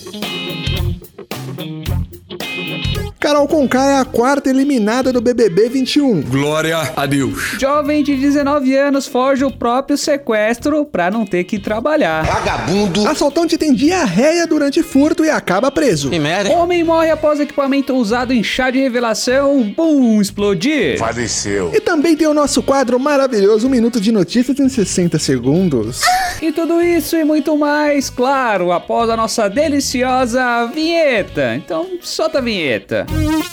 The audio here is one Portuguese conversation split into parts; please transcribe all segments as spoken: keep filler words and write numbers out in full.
Carol Conká é a quarta eliminada do B B B vinte e um. Glória a Deus. Jovem de dezenove anos foge o próprio sequestro pra não ter que trabalhar. Vagabundo. Assaltante tem diarreia durante furto e acaba preso. Que merda. Homem morre após equipamento usado em chá de revelação, bum, explodir. Faleceu. E também tem o nosso quadro maravilhoso, um minuto de notícias em sessenta segundos. E tudo isso e muito mais, claro, após a nossa deliciosa vinheta. Então, solta a vinheta.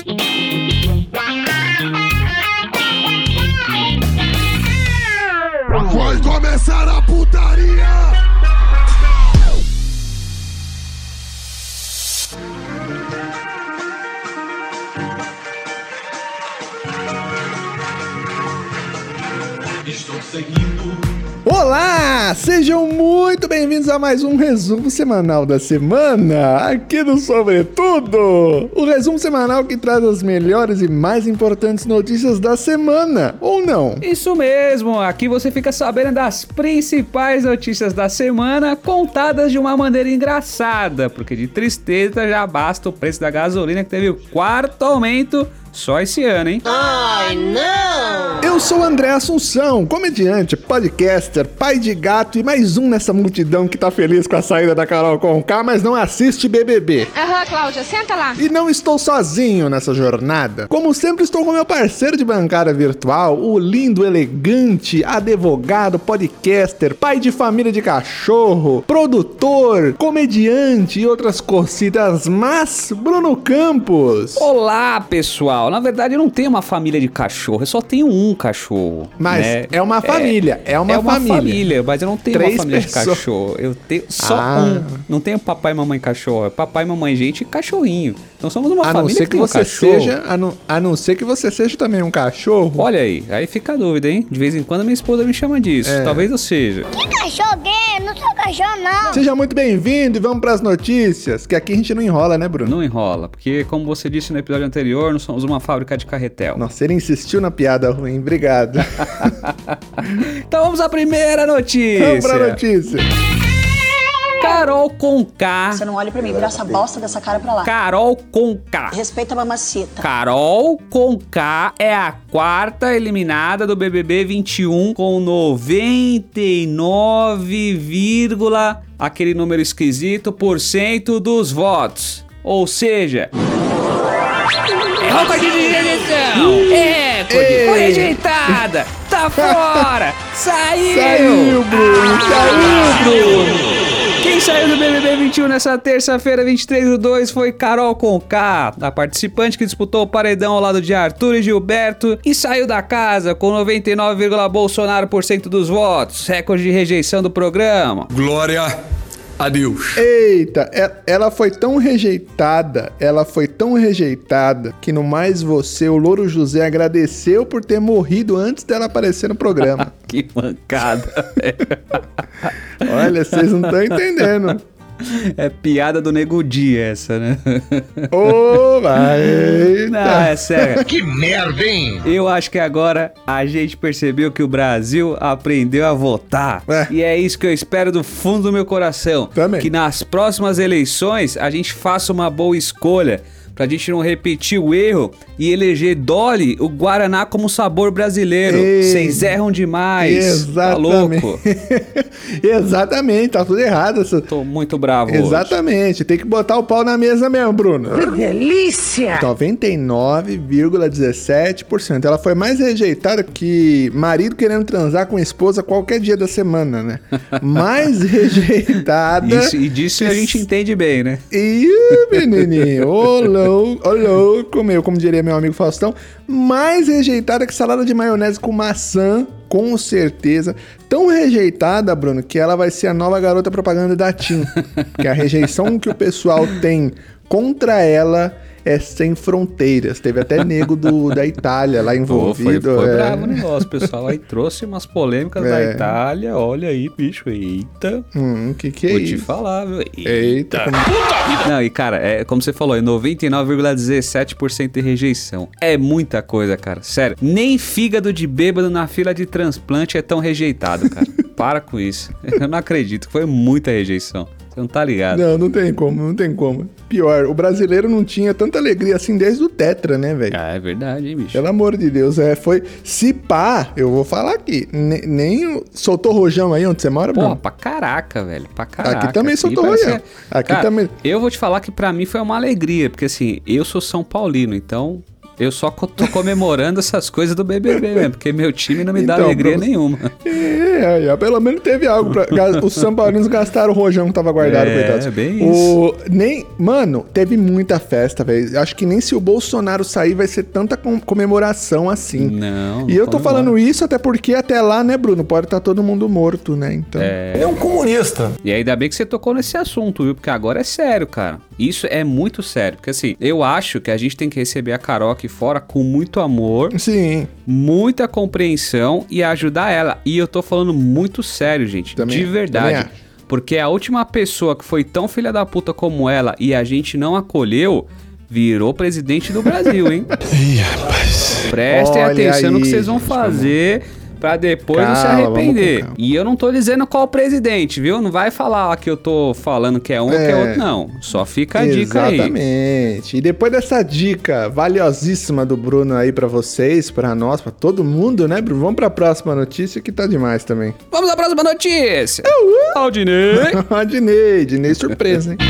Vai começar a putaria! Estou seguindo. Olá! Sejam muito bem-vindos a mais um resumo semanal da semana, aqui no Sobretudo! O resumo semanal que traz as melhores e mais importantes notícias da semana, ou não? Isso mesmo, aqui você fica sabendo das principais notícias da semana, contadas de uma maneira engraçada, porque de tristeza já basta o preço da gasolina que teve o quarto aumento só esse ano, hein? Ai, não! Eu sou André Assunção, comediante, podcaster, pai de gato e mais um nessa multidão que tá feliz com a saída da Carol Conká, mas não assiste B B B. Aham, Cláudia, senta lá. E não estou sozinho nessa jornada. Como sempre, estou com meu parceiro de bancada virtual, o lindo, elegante, advogado, podcaster, pai de família de cachorro, produtor, comediante e outras cocidas, mas Bruno Campos. Olá, pessoal! Na verdade, eu não tenho uma família de cachorro, eu só tenho um cachorro. Mas né? é uma família, é, é uma, é uma família. família, mas eu não tenho Três uma família pessoas. de cachorro. Eu tenho só Ah. um. Não tenho papai, mamãe, cachorro. É papai, mamãe, gente e cachorrinho. Então somos uma A não família ser que, que tem um você cachorro. seja, a não, a não ser que você seja também um cachorro. Olha aí, aí fica a dúvida, hein? De vez em quando minha esposa me chama disso. É. Talvez eu seja. Que cachorro gay? Não sou cachorro, não. Seja muito bem-vindo e vamos pras notícias, que aqui a gente não enrola, né, Bruno? Não enrola, porque como você disse no episódio anterior, nós somos uma fábrica de carretel. Nossa, ele insistiu na piada ruim, obrigado. Então vamos à primeira notícia. Vamos pra notícia. Carol Conká. Você não olha pra mim, vira essa bosta dessa cara pra lá. Carol Conká. Respeita a mamacita. Carol Conká é a quarta eliminada do B B B vinte e um com noventa e nove, aquele número esquisito, por cento dos votos. Ou seja... É roupa de rejeição! É, foi rejeitada! Tá fora! Saiu! Saiu, Bruno! Saiu, Bruno! Quem saiu do B B B vinte e um nessa terça-feira, vinte e três do dois, foi Carol Conká, a participante que disputou o paredão ao lado de Arthur e Gilberto e saiu da casa com noventa e nove, Bolsonaro por cento dos votos, recorde de rejeição do programa. Glória a Deus. Eita, e- ela foi tão rejeitada, ela foi tão rejeitada, que no Mais Você, o Louro José agradeceu por ter morrido antes dela aparecer no programa. Que mancada, velho. Olha, vocês não estão entendendo. É piada do Nego Di essa, né? Ô, vai, eita. Não, é sério. Que merda, hein? Eu acho que agora a gente percebeu que o Brasil aprendeu a votar. É. E é isso que eu espero do fundo do meu coração. Também. Que nas próximas eleições a gente faça uma boa escolha. Pra gente não repetir o erro e eleger Dolly, o Guaraná, como sabor brasileiro. Ei. Vocês erram demais. Exatamente. Tá louco? Exatamente, tá tudo errado. Essa... Tô muito bravo hoje. Exatamente, tem que botar o pau na mesa mesmo, Bruno. Delícia! noventa e nove vírgula dezessete por cento. Ela foi mais rejeitada que marido querendo transar com a esposa qualquer dia da semana, né? Mais rejeitada. Isso, e disso a gente entende bem, né? Ih, menininho, ô louco, ô louco, meu, como diria meu amigo Faustão, mais rejeitada que salada de maionese com maçã, com certeza. Tão rejeitada, Bruno, que ela vai ser a nova garota propaganda da TIM. Porque a rejeição que o pessoal tem contra ela é sem fronteiras. Teve até nego do, da Itália lá Pô, envolvido. foi foi é. bravo o negócio, pessoal. Aí trouxe umas polêmicas É. da Itália. Olha aí, bicho. Eita. Hum, que que é Vou isso? te falar, viu? Eita. Como... Não, e cara, é como você falou, é noventa e nove vírgula dezessete por cento de rejeição. É muita coisa, cara. Sério. Nem fígado de bêbado na fila de transplante é tão rejeitado, cara. Para com isso. Eu não acredito. Foi muita rejeição. Você não tá ligado. Não, não tem como, não tem como. Pior, o brasileiro não tinha tanta alegria assim desde o Tetra, né, velho? Ah, é verdade, hein, bicho? Pelo amor de Deus, é, foi... Se pá, eu vou falar aqui, ne- nem... Soltou rojão aí onde você mora, Porra, Bruno? pra caraca, velho. Pra caraca. Aqui também soltou parece- rojão. Aqui Cara, também... Eu vou te falar que pra mim foi uma alegria, porque assim, eu sou São Paulino, então... Eu só co- tô comemorando essas coisas do B B B mesmo, porque meu time não me dá Então, alegria pra você- nenhuma. É, aí, ó, pelo menos teve algo pra... ga- Os São Paulinos gastaram o rojão que tava guardado, É, coitados. bem o... Nem... Mano, teve muita festa, velho. Acho que nem se o Bolsonaro sair vai ser tanta com- comemoração assim. Não. E eu tô comemora. falando isso até porque até lá, né, Bruno? Pode estar todo mundo morto, né? Então... Ele é um comunista. E ainda bem que você tocou nesse assunto, viu? Porque agora é sério, cara. Isso é muito sério. Porque assim, eu acho que a gente tem que receber a Carol aqui fora com muito amor, Sim. muita compreensão e ajudar ela. E eu tô falando muito sério, gente. Também- de também verdade. acho. Porque a última pessoa que foi tão filha da puta como ela e a gente não acolheu, virou presidente do Brasil, hein? Ih, rapaz. Prestem Olha atenção no aí, que vocês vão gente, fazer pra depois não se Calma, vamos arrepender. com calma. E eu não tô dizendo qual presidente, viu? Não vai falar que eu tô falando que é um ou que é É. outro, não. Só fica a dica aí. Exatamente. E depois dessa dica valiosíssima do Bruno aí pra vocês, pra nós, pra todo mundo, né, Bruno? Vamos pra próxima notícia que tá demais também. Vamos à próxima notícia. Aldinei. Dinei, Dinei surpresa, hein?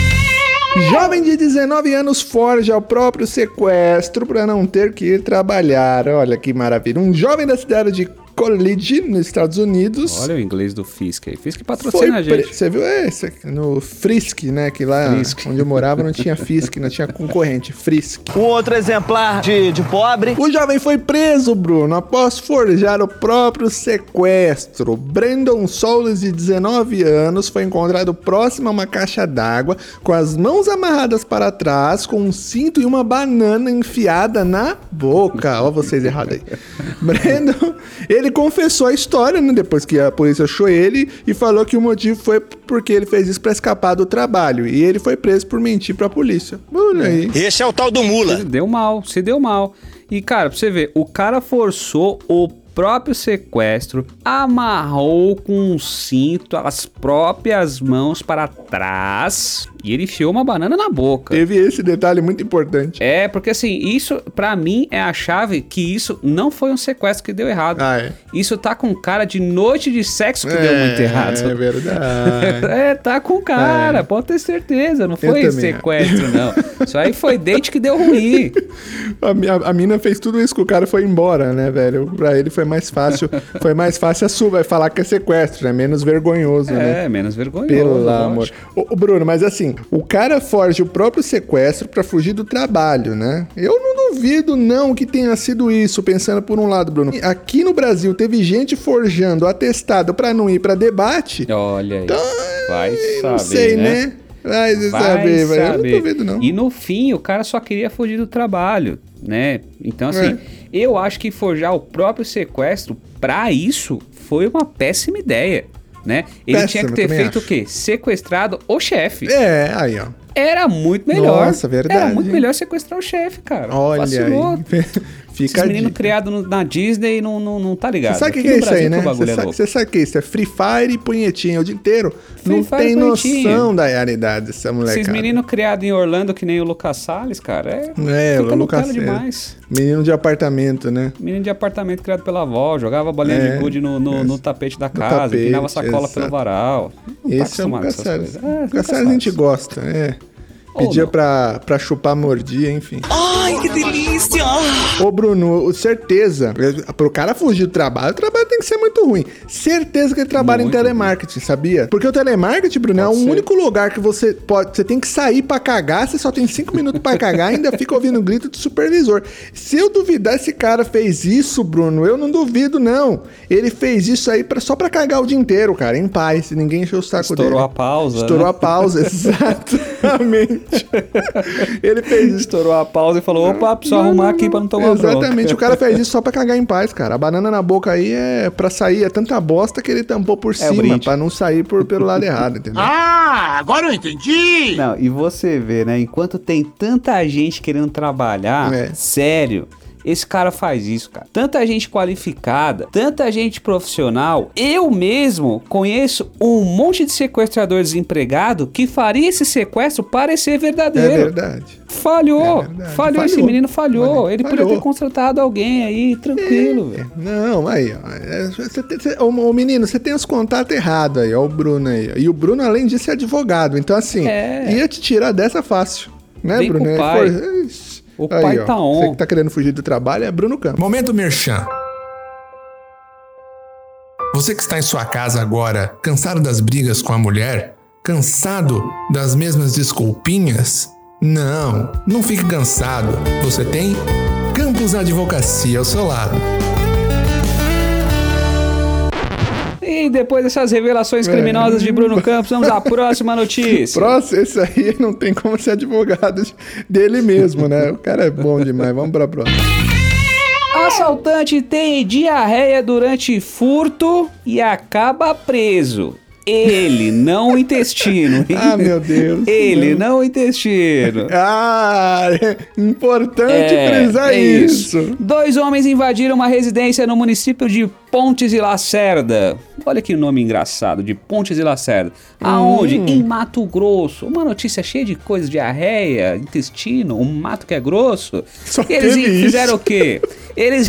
Jovem de dezenove anos forja o próprio sequestro para não ter que ir trabalhar. Olha que maravilha. Um jovem da cidade de College, nos Estados Unidos. Olha o inglês do Fisk aí. Fisk Foi patrocina a pre- gente. Você viu? É, isso aqui, no Frisk, né? Que lá Frisk. onde eu morava não tinha Fisk, não tinha concorrente. Frisk. Um outro exemplar de, de pobre. O jovem foi preso, Bruno, após forjar o próprio sequestro. Brandon Soules, de dezenove anos, foi encontrado próximo a uma caixa d'água, com as mãos amarradas para trás, com um cinto e uma banana enfiada na boca. Ó, vocês errados aí. Brandon, ele confessou a história, né, depois que a polícia achou ele, e falou que o motivo foi porque ele fez isso para escapar do trabalho. E ele foi preso por mentir para a polícia. Olha aí. Esse é o tal do mula. Se deu mal, se deu mal. E, cara, pra você ver, o cara forçou o próprio sequestro, amarrou com um cinto as próprias mãos para trás e ele enfiou uma banana na boca. Teve esse detalhe muito importante. É, porque assim, isso pra mim é a chave que isso não foi um sequestro que deu errado. Ah, é. Isso tá com cara de noite de sexo que deu muito errado. É verdade. É, tá com cara, É. pode ter certeza. Não Eu foi também sequestro, não. Isso aí foi date que deu ruim. A, mi- a, a mina fez tudo isso que o cara foi embora, né, velho? Pra ele foi mais fácil. Foi mais fácil a sua, vai falar que é sequestro, né? Menos vergonhoso, né? É, menos vergonhoso. Pelo lógico. amor. Ô, ô, Bruno, mas assim, o cara forja o próprio sequestro pra fugir do trabalho, né? Eu não duvido, não, que tenha sido isso, pensando por um lado, Bruno. Aqui no Brasil teve gente forjando atestado pra não ir pra debate. Olha aí. Vai saber, não sei, né? né? Vai, Vai saber, velho. Eu não saber. duvido, não. E no fim, o cara só queria fugir do trabalho, né? Então, assim, É. eu acho que forjar o próprio sequestro pra isso foi uma péssima ideia, né? Ele Péssima, tinha que ter também feito acho. o quê? Sequestrado o chefe. É, aí, ó. Era muito melhor. Nossa, verdade, Era muito hein? melhor sequestrar o chefe, cara. Olha Vacilou. aí. Fica Esses meninos de... criados na Disney não, não, não tá ligado. Você sabe o que, Aqui que é no isso aí, Brasil né? que o bagulho Você é sabe, louco. você sabe o que é isso? É Free Fire e punhetinha o dia inteiro. Free não Fire tem e punhetinha. noção da realidade dessa molecada. Esses meninos criados em Orlando que nem o Lucas Salles, cara, é, É, fica o no Lucas cara Salles. demais. Menino de apartamento, né? Menino de apartamento criado pela avó, jogava bolinha É, de gude no, no, é. no tapete da No casa, tapete, empinava sacola exato. pelo varal. Não tá Esse é o acostumado com Lucas essas Salles. coisas. É, Lucas Salles a gente Salles. gosta, é. Ou Pedia não. pra, pra chupar, mordia, enfim. Ai, que delícia! Ô, Bruno, certeza. Pro cara fugir do trabalho, o trabalho tem que ser muito ruim. Certeza que ele trabalha Muito em telemarketing, sabia? Porque o telemarketing, Bruno, é o Pode ser. único lugar que você pode. Você tem que sair pra cagar, você só tem cinco minutos pra cagar e ainda fica ouvindo grito do supervisor. Se eu duvidar esse cara fez isso, Bruno, eu não duvido, não. Ele fez isso aí pra, só pra cagar o dia inteiro, cara, em paz. Ninguém encheu o saco dele. Estourou a pausa, Estourou né? a pausa, exatamente. Ele fez isso. Estourou a pausa e falou, opa, preciso arrumar aqui pra não tomar bronca. Exatamente, o cara fez isso só pra cagar em paz, cara. A banana na boca aí é pra sair, é tanta bosta que ele tampou por o cima, brinde. pra não sair por, pelo lado errado, entendeu? Ah, agora eu entendi. Não, e você vê, né? Enquanto tem tanta gente querendo trabalhar, É. sério, esse cara faz isso, cara. Tanta gente qualificada, tanta gente profissional. Eu mesmo conheço um monte de sequestrador desempregado que faria esse sequestro parecer verdadeiro. É verdade. Falhou, É verdade. falhou, Falhou. esse menino falhou. Falhou. Ele Falhou. podia ter contratado alguém aí, tranquilo, velho. Não, aí, ó. é, Você tem, você, ô, ô, menino, você tem os contatos errados aí, ó, o Bruno aí. ó. E o Bruno, além disso, é advogado. Então, assim, É. ia te tirar dessa fácil. Né, Vem Bruno? com o Aí pai. foi- Ixi. O Aí, pai ó, tá on. Você que tá querendo fugir do trabalho é Bruno Campos. Momento Merchan. Você que está em sua casa agora, cansado das brigas com a mulher? Cansado das mesmas desculpinhas? Não, não fique cansado. Você tem Campos Advocacia ao seu lado. E depois dessas revelações criminosas de Bruno Campos, vamos à próxima notícia. Próximo, esse aí não tem como ser advogado dele mesmo, né? O cara é bom demais. Vamos pra próxima. Assaltante tem diarreia durante furto e acaba preso. Ele, não o intestino. hein? Ah, meu Deus. Ele, não o intestino. Ah, é importante É, frisar é isso. Dois homens invadiram uma residência no município de Pontes e Lacerda. Olha que nome engraçado, de Pontes e Lacerda. Aonde? Hum. Em Mato Grosso. Uma notícia cheia de coisas, diarreia, intestino, um mato que é grosso. Só E eles teve in- fizeram isso. o quê? Eles,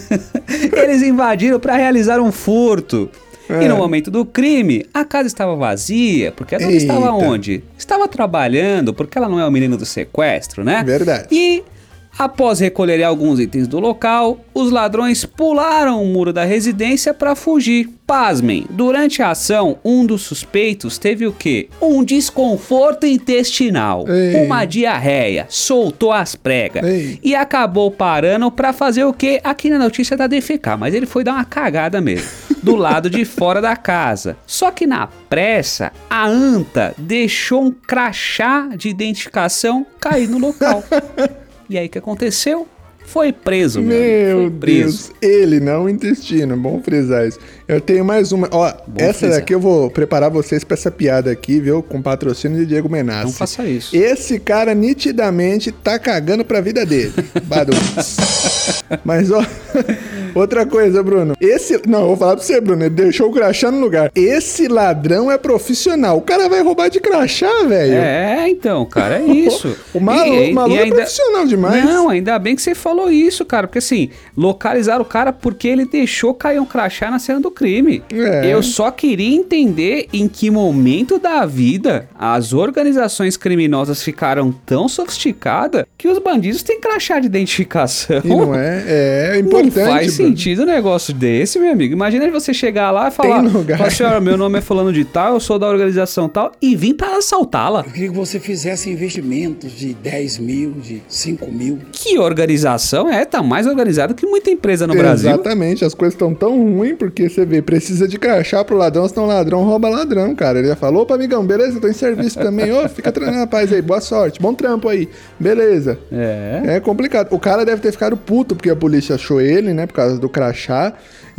eles invadiram para realizar um furto. É. E no momento do crime, a casa estava vazia, porque a dona Eita. estava onde? Estava trabalhando, porque ela não é o menino do sequestro, né? Verdade. E após recolherem alguns itens do local, os ladrões pularam o muro da residência para fugir. Pasmem, durante a ação, um dos suspeitos teve o quê? Um desconforto intestinal, Ei. uma diarreia, soltou as pregas Ei. e acabou parando para fazer o quê? Aqui na notícia da defecar, mas ele foi dar uma cagada mesmo, do lado de fora da casa. Só que na pressa, a anta deixou um crachá de identificação cair no local. E aí o que aconteceu? Foi preso, meu amigo, Meu foi preso. Deus, ele não o intestino, bom frisar isso. Eu tenho mais uma, ó, essa frisar. daqui eu vou preparar vocês pra essa piada aqui, viu, com patrocínio de Diego Menassi. Não faça isso. Esse cara nitidamente tá cagando pra vida dele. Badum. Mas ó, outra coisa, Bruno. Esse, não, eu vou falar pra você, Bruno, ele deixou o crachá no lugar. Esse ladrão é profissional. O cara vai roubar de crachá, velho. É, então, cara, é isso. O malu- o maluco é profissional demais. Não, ainda bem que você falou isso, cara. Porque assim, localizaram o cara porque ele deixou cair um crachá na cena do crime. É. Eu só queria entender em que momento da vida as organizações criminosas ficaram tão sofisticadas que os bandidos têm crachá de identificação. E não é? É importante. Não faz Bruno. sentido um negócio desse, meu amigo. Imagina você chegar lá e falar: lugar. "Fala, senhora, meu nome é fulano de tal, eu sou da organização tal", e vim pra assaltá-la. Eu queria que você fizesse investimentos de dez mil, de cinco mil. Que organização é? Tá mais organizado que muita empresa no Brasil. Exatamente, as coisas estão tão ruins porque você vê, precisa de crachá pro ladrão, senão o ladrão rouba ladrão, cara. Ele já falou, opa, amigão, beleza, tô em serviço também, ô, fica treinando a paz aí, boa sorte, bom trampo aí, beleza. É. É complicado. O cara deve ter ficado puto porque a polícia achou ele, né, por causa do crachá,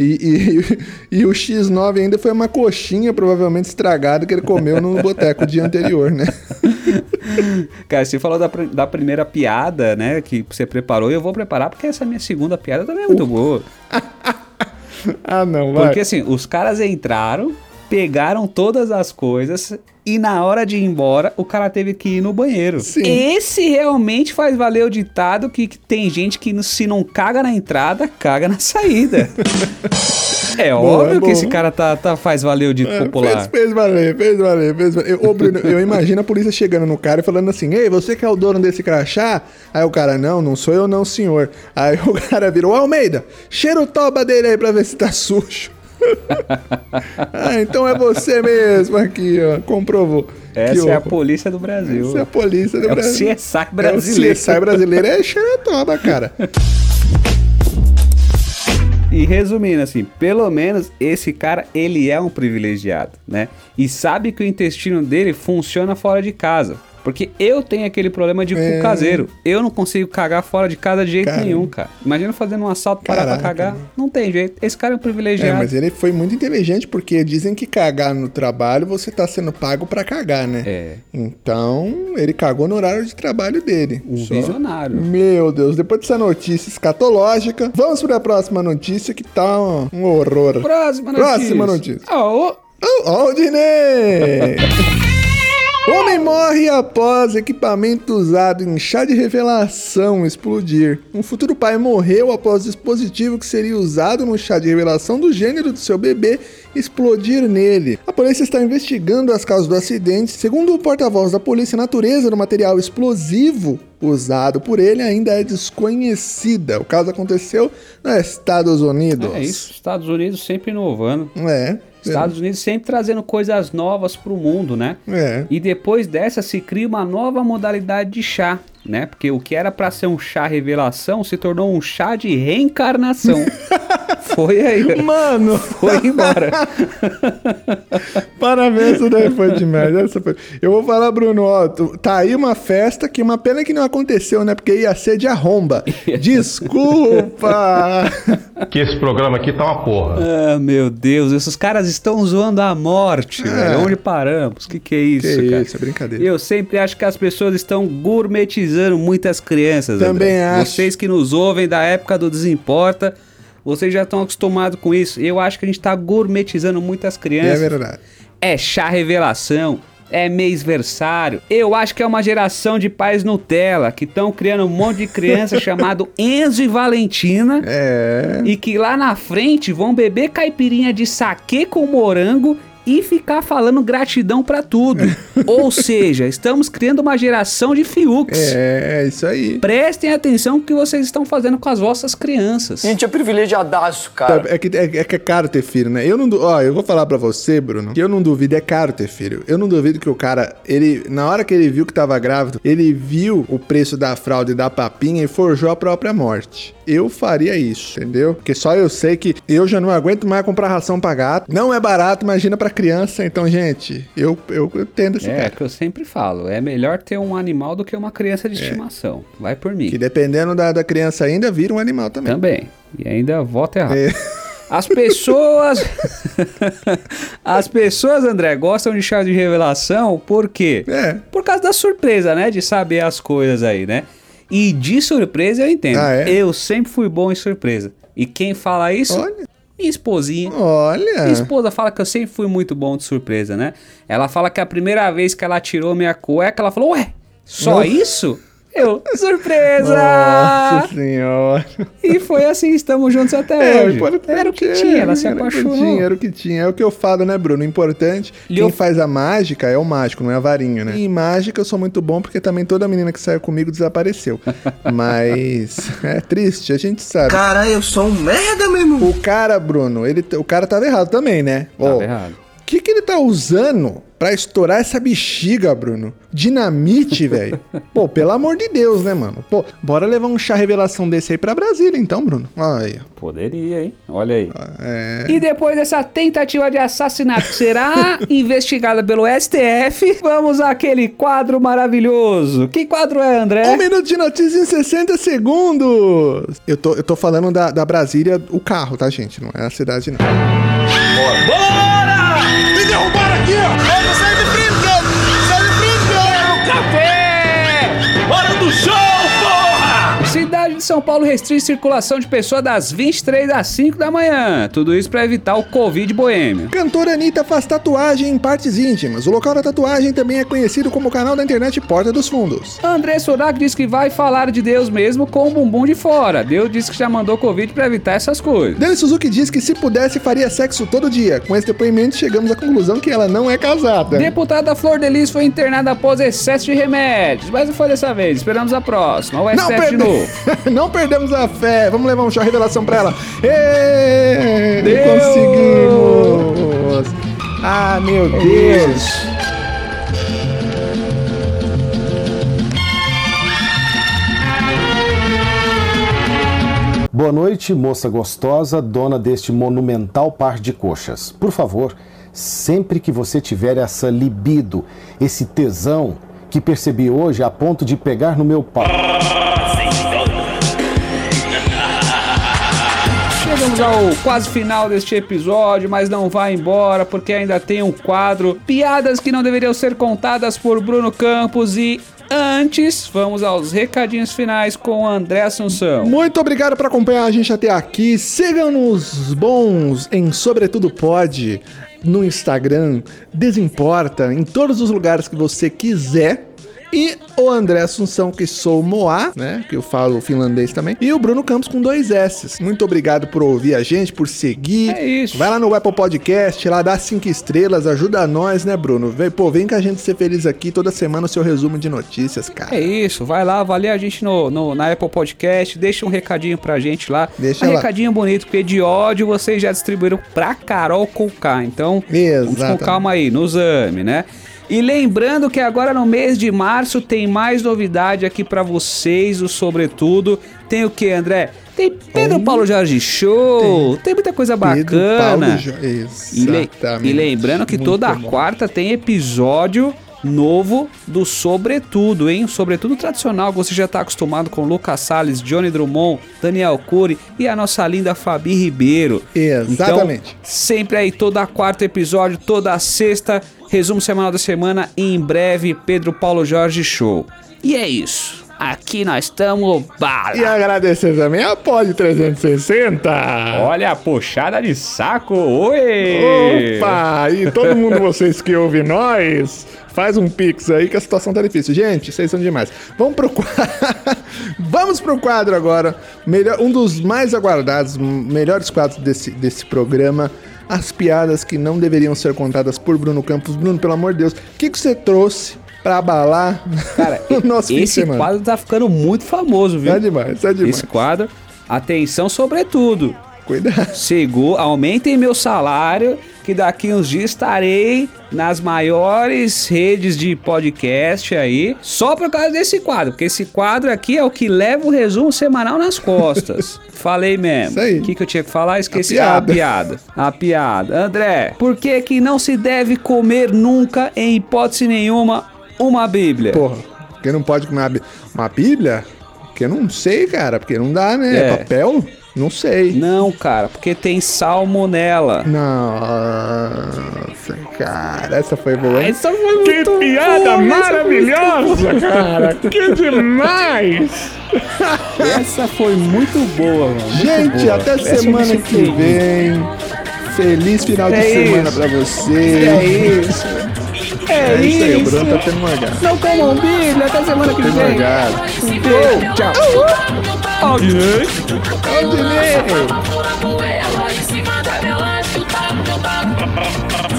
e, e, e o X nove ainda foi uma coxinha provavelmente estragada que ele comeu no boteco o dia anterior, né? Cara, você falou da, pr- da primeira piada, né, que você preparou, e eu vou preparar porque essa minha segunda piada também é muito boa. Ah, não, vai. Porque assim, os caras entraram, pegaram todas as coisas e na hora de ir embora, o cara teve que ir no banheiro. Sim. Esse realmente faz valer o ditado que, que tem gente que se não caga na entrada, caga na saída. É Boa, óbvio boa. que esse cara tá, tá, faz valer o dito É, popular. Fez, fez valer, fez valer, fez valer. Eu, ô, Bruno, eu imagino a polícia chegando no cara e falando assim, ei, você que é o dono desse crachá? Aí o cara, não, não sou eu não, senhor. Aí o cara virou, Almeida, cheira o toba dele aí pra ver se tá sujo. Ah, então é você mesmo aqui, ó, comprovou. Essa Que é a horror. polícia do Brasil. Essa é a polícia do É o Brasil. C S I brasileiro. É o C S I brasileiro, é cheira toba, cara. E resumindo assim, pelo menos esse cara, ele é um privilegiado, né? E sabe que o intestino dele funciona fora de casa. Porque eu tenho aquele problema de É. cu caseiro. Eu não consigo cagar fora de casa de jeito Cara. nenhum, cara. Imagina fazendo um assalto, parar pra Caraca, cagar. mano. Não tem jeito. Esse cara é um É, privilegiado. mas ele foi muito inteligente, porque dizem que cagar no trabalho você tá sendo pago pra cagar, né? É. Então, ele cagou no horário de trabalho dele. Um Só- visionário. Meu Deus, depois dessa notícia escatológica, vamos pra próxima notícia que tá um, um horror. Próxima notícia. Próxima notícia. Ó, ó. Oh, oh, Dinei! Homem morre após equipamento usado em chá de revelação explodir. Um futuro pai morreu após o dispositivo que seria usado no chá de revelação do gênero do seu bebê explodir nele. A polícia está investigando as causas do acidente. Segundo o porta-voz da polícia, a natureza do material explosivo usado por ele ainda é desconhecida. O caso aconteceu nos Estados Unidos. É isso. Estados Unidos sempre inovando. É. Estados Unidos sempre trazendo coisas novas pro mundo, né? É. E depois dessa se cria uma nova modalidade de chá, né? Porque o que era pra ser um chá revelação se tornou um chá de reencarnação. Foi aí. Mano! Foi embora. Parabéns, isso daí foi demais. Essa foi... Eu vou falar, Bruno, ó, tu- tá aí uma festa que uma pena que não aconteceu, né? Porque ia ser de arromba. Desculpa! Que esse programa aqui tá uma porra. Ah, meu Deus, esses caras estão zoando a morte, velho. Onde paramos? Que que é isso, Que cara? isso, é brincadeira. Eu sempre acho que as pessoas estão gourmetizando muitas crianças. Também André. acho. Vocês que nos ouvem da época do Desimporta, vocês já estão acostumados com isso. Eu acho que a gente tá gourmetizando muitas É crianças. verdade. É chá revelação, é mêsversário. Eu acho que é uma geração de pais Nutella que estão criando um monte de criança chamado Enzo e Valentina. É. E que lá na frente vão beber caipirinha de saquê com morango e ficar falando gratidão pra tudo. Ou seja, estamos criando uma geração de fiúks. É, é isso aí. Prestem atenção no que vocês estão fazendo com as vossas crianças. A gente é privilegiadaço, cara. É que é, é que é caro ter filho, né? Eu não du... Ó, eu vou falar pra você, Bruno, que eu não duvido, é caro ter filho. Eu não duvido que o cara, ele, na hora que ele viu que tava grávido, ele viu o preço da fralda e da papinha e forjou a própria morte. Eu faria isso, entendeu? Porque só eu sei que eu já não aguento mais comprar ração pra gato. Não é barato, imagina pra criança. Então, gente, eu, eu entendo esse É, cara. que eu sempre falo, é melhor ter um animal do que uma criança de estimação. Vai por mim. Que dependendo da, da criança ainda, vira um animal também. Também. E ainda vota errado. É. As pessoas. As pessoas, André, gostam de chá de revelação por quê? É. Por causa da surpresa, né? De saber as coisas aí, né? E de surpresa eu entendo. Ah, é? Eu sempre fui bom em surpresa. E quem fala isso? Olha. Minha esposinha. Olha. Minha esposa fala que eu sempre fui muito bom de surpresa, né? Ela fala que a primeira vez que ela tirou minha cueca, ela falou, ué, só Nossa. isso? Eu, surpresa! Nossa senhora. E foi assim, estamos juntos até É, o hoje. importante Era o que é, tinha, ela se era o que apaixonou. tinha, Era o que tinha. É o que eu falo, né, Bruno? O importante, E quem eu- faz a mágica é o mágico, não é a varinha, né? E em mágica eu sou muito bom porque também toda menina que saiu comigo desapareceu. Mas é triste, a gente sabe. Caralho, eu sou um merda, meu irmão. O cara, Bruno, ele, o cara tava errado também, né? Tava Ó, errado. O que que ele tá usando pra estourar essa bexiga, Bruno? Dinamite, velho? Pô, pelo amor de Deus, né, mano? Pô, bora levar um chá revelação desse aí pra Brasília, então, Bruno. Olha. Poderia, hein? Olha aí. É. E depois dessa tentativa de assassinato que será investigada pelo S T F, vamos àquele quadro maravilhoso. Que quadro é, André? Um minuto de notícia em sessenta segundos. Eu tô, eu tô falando da, da Brasília, o carro, tá, gente? Não é a cidade, não. Me derrubaram aqui, ó! Vamos sair de frente! Sai de frente! Café! Hora do show, porra! Cidade de São Paulo restringe circulação de pessoas das vinte e três às cinco da manhã. Tudo isso para evitar o Covid boêmio. Cantora Anitta faz tatuagem em partes íntimas. O local da tatuagem também é conhecido como o canal da internet Porta dos Fundos. André Surak diz que vai falar de Deus mesmo com o bumbum de fora. Deus disse que já mandou Covid para evitar essas coisas. Dani Suzuki diz que se pudesse faria sexo todo dia. Com esse depoimento chegamos à conclusão que ela não é casada. Deputada Flor Delis foi internada após excesso de remédios, mas não foi dessa vez. Esperamos a próxima. O Não, S T F de perde... novo. não perdemos a fé. Vamos levar um chá revelação pra ela. Ê, Deus! conseguimos. Ah, meu Deus. Boa noite, moça gostosa, dona deste monumental par de coxas. Por favor, sempre que você tiver essa libido, esse tesão que percebi hoje a ponto de pegar no meu pau. Chegamos ao quase final deste episódio, mas não vai embora porque ainda tem um quadro Piadas que não deveriam ser contadas por Bruno Campos e... Antes, vamos aos recadinhos finais com André Assunção. Muito obrigado por acompanhar a gente até aqui. Sigam-nos bons em Sobretudo Pode, no Instagram, Desimporta, em todos os lugares que você quiser. E o André Assunção, que sou Moá, né? Que eu falo finlandês também. E o Bruno Campos com dois S. Muito obrigado por ouvir a gente, por seguir. É isso. Vai lá no Apple Podcast, lá dá cinco estrelas, ajuda nós, né, Bruno? Vem, pô, vem com a gente ser feliz aqui toda semana o seu resumo de notícias, cara. É isso, vai lá, avalia a gente no, no, na Apple Podcast, deixa um recadinho pra gente lá. Deixa um lá. recadinho bonito, porque de ódio vocês já distribuíram pra Carol Conká. Então, Exatamente. vamos com calma aí, nos ame, né? E lembrando que agora no mês de março tem mais novidade aqui pra vocês, o Sobretudo. Tem o que, André? Tem Pedro Tem. Paulo Jorge Show, tem, tem muita coisa Pedro bacana. Paulo Jo- E, le- Exatamente. e lembrando que Muito toda bom. quarta tem episódio novo do Sobretudo, hein? Sobretudo tradicional, que você já tá acostumado com Lucas Salles, Johnny Drummond, Daniel Cury e a nossa linda Fabi Ribeiro. Exatamente. Então, sempre aí, toda quarta episódio, toda sexta, resumo semanal da semana e em breve, Pedro Paulo Jorge Show. E é isso. Aqui nós estamos bala. E agradecer também a Pod trezentos e sessenta. Olha a puxada de saco. Oi! Opa! E todo mundo, vocês que ouvem nós, faz um pix aí que a situação tá difícil. Gente, vocês são demais. Vamos pro quadro. Vamos pro quadro agora. Melhor, um dos mais aguardados, melhores quadros desse, desse programa. As piadas que não deveriam ser contadas por Bruno Campos. Bruno, pelo amor de Deus, o que, que você trouxe pra abalar Cara, o nosso fim de esse semana? quadro tá ficando muito famoso, viu? Tá demais, tá demais. Esse quadro, atenção sobretudo. Cuidado. Seguro, aumentem meu salário, que daqui uns dias estarei nas maiores redes de podcast aí, só por causa desse quadro, porque esse quadro aqui é o que leva o resumo semanal nas costas. Falei mesmo. Isso aí. O que, que eu tinha que falar? Esqueci. A Ah, a piada. piada. A piada. André, por que que não se deve comer nunca, em hipótese nenhuma, uma Bíblia? Porra, porque não pode comer uma, bí- uma Bíblia? Porque eu não sei, cara, porque não dá, né? É. Papel? Não sei. Não, cara, porque tem salmonela. Nossa, cara, essa foi boa. hein? Essa foi Que muito piada boa, essa foi maravilhosa, cara! Que demais! Essa foi muito boa, mano. muito Gente, boa. até Essa eu semana me que surpreendi. vem. Feliz final de É semana isso. pra você. É isso. É, É isso aí, o isso. Bruno tá tendo uma gata. Não comam Bíblia, até semana que Tem vem. morgado. Beijo, tchau. Aldinei. Aldinei. Ela em cima da tela, chuta, chuta.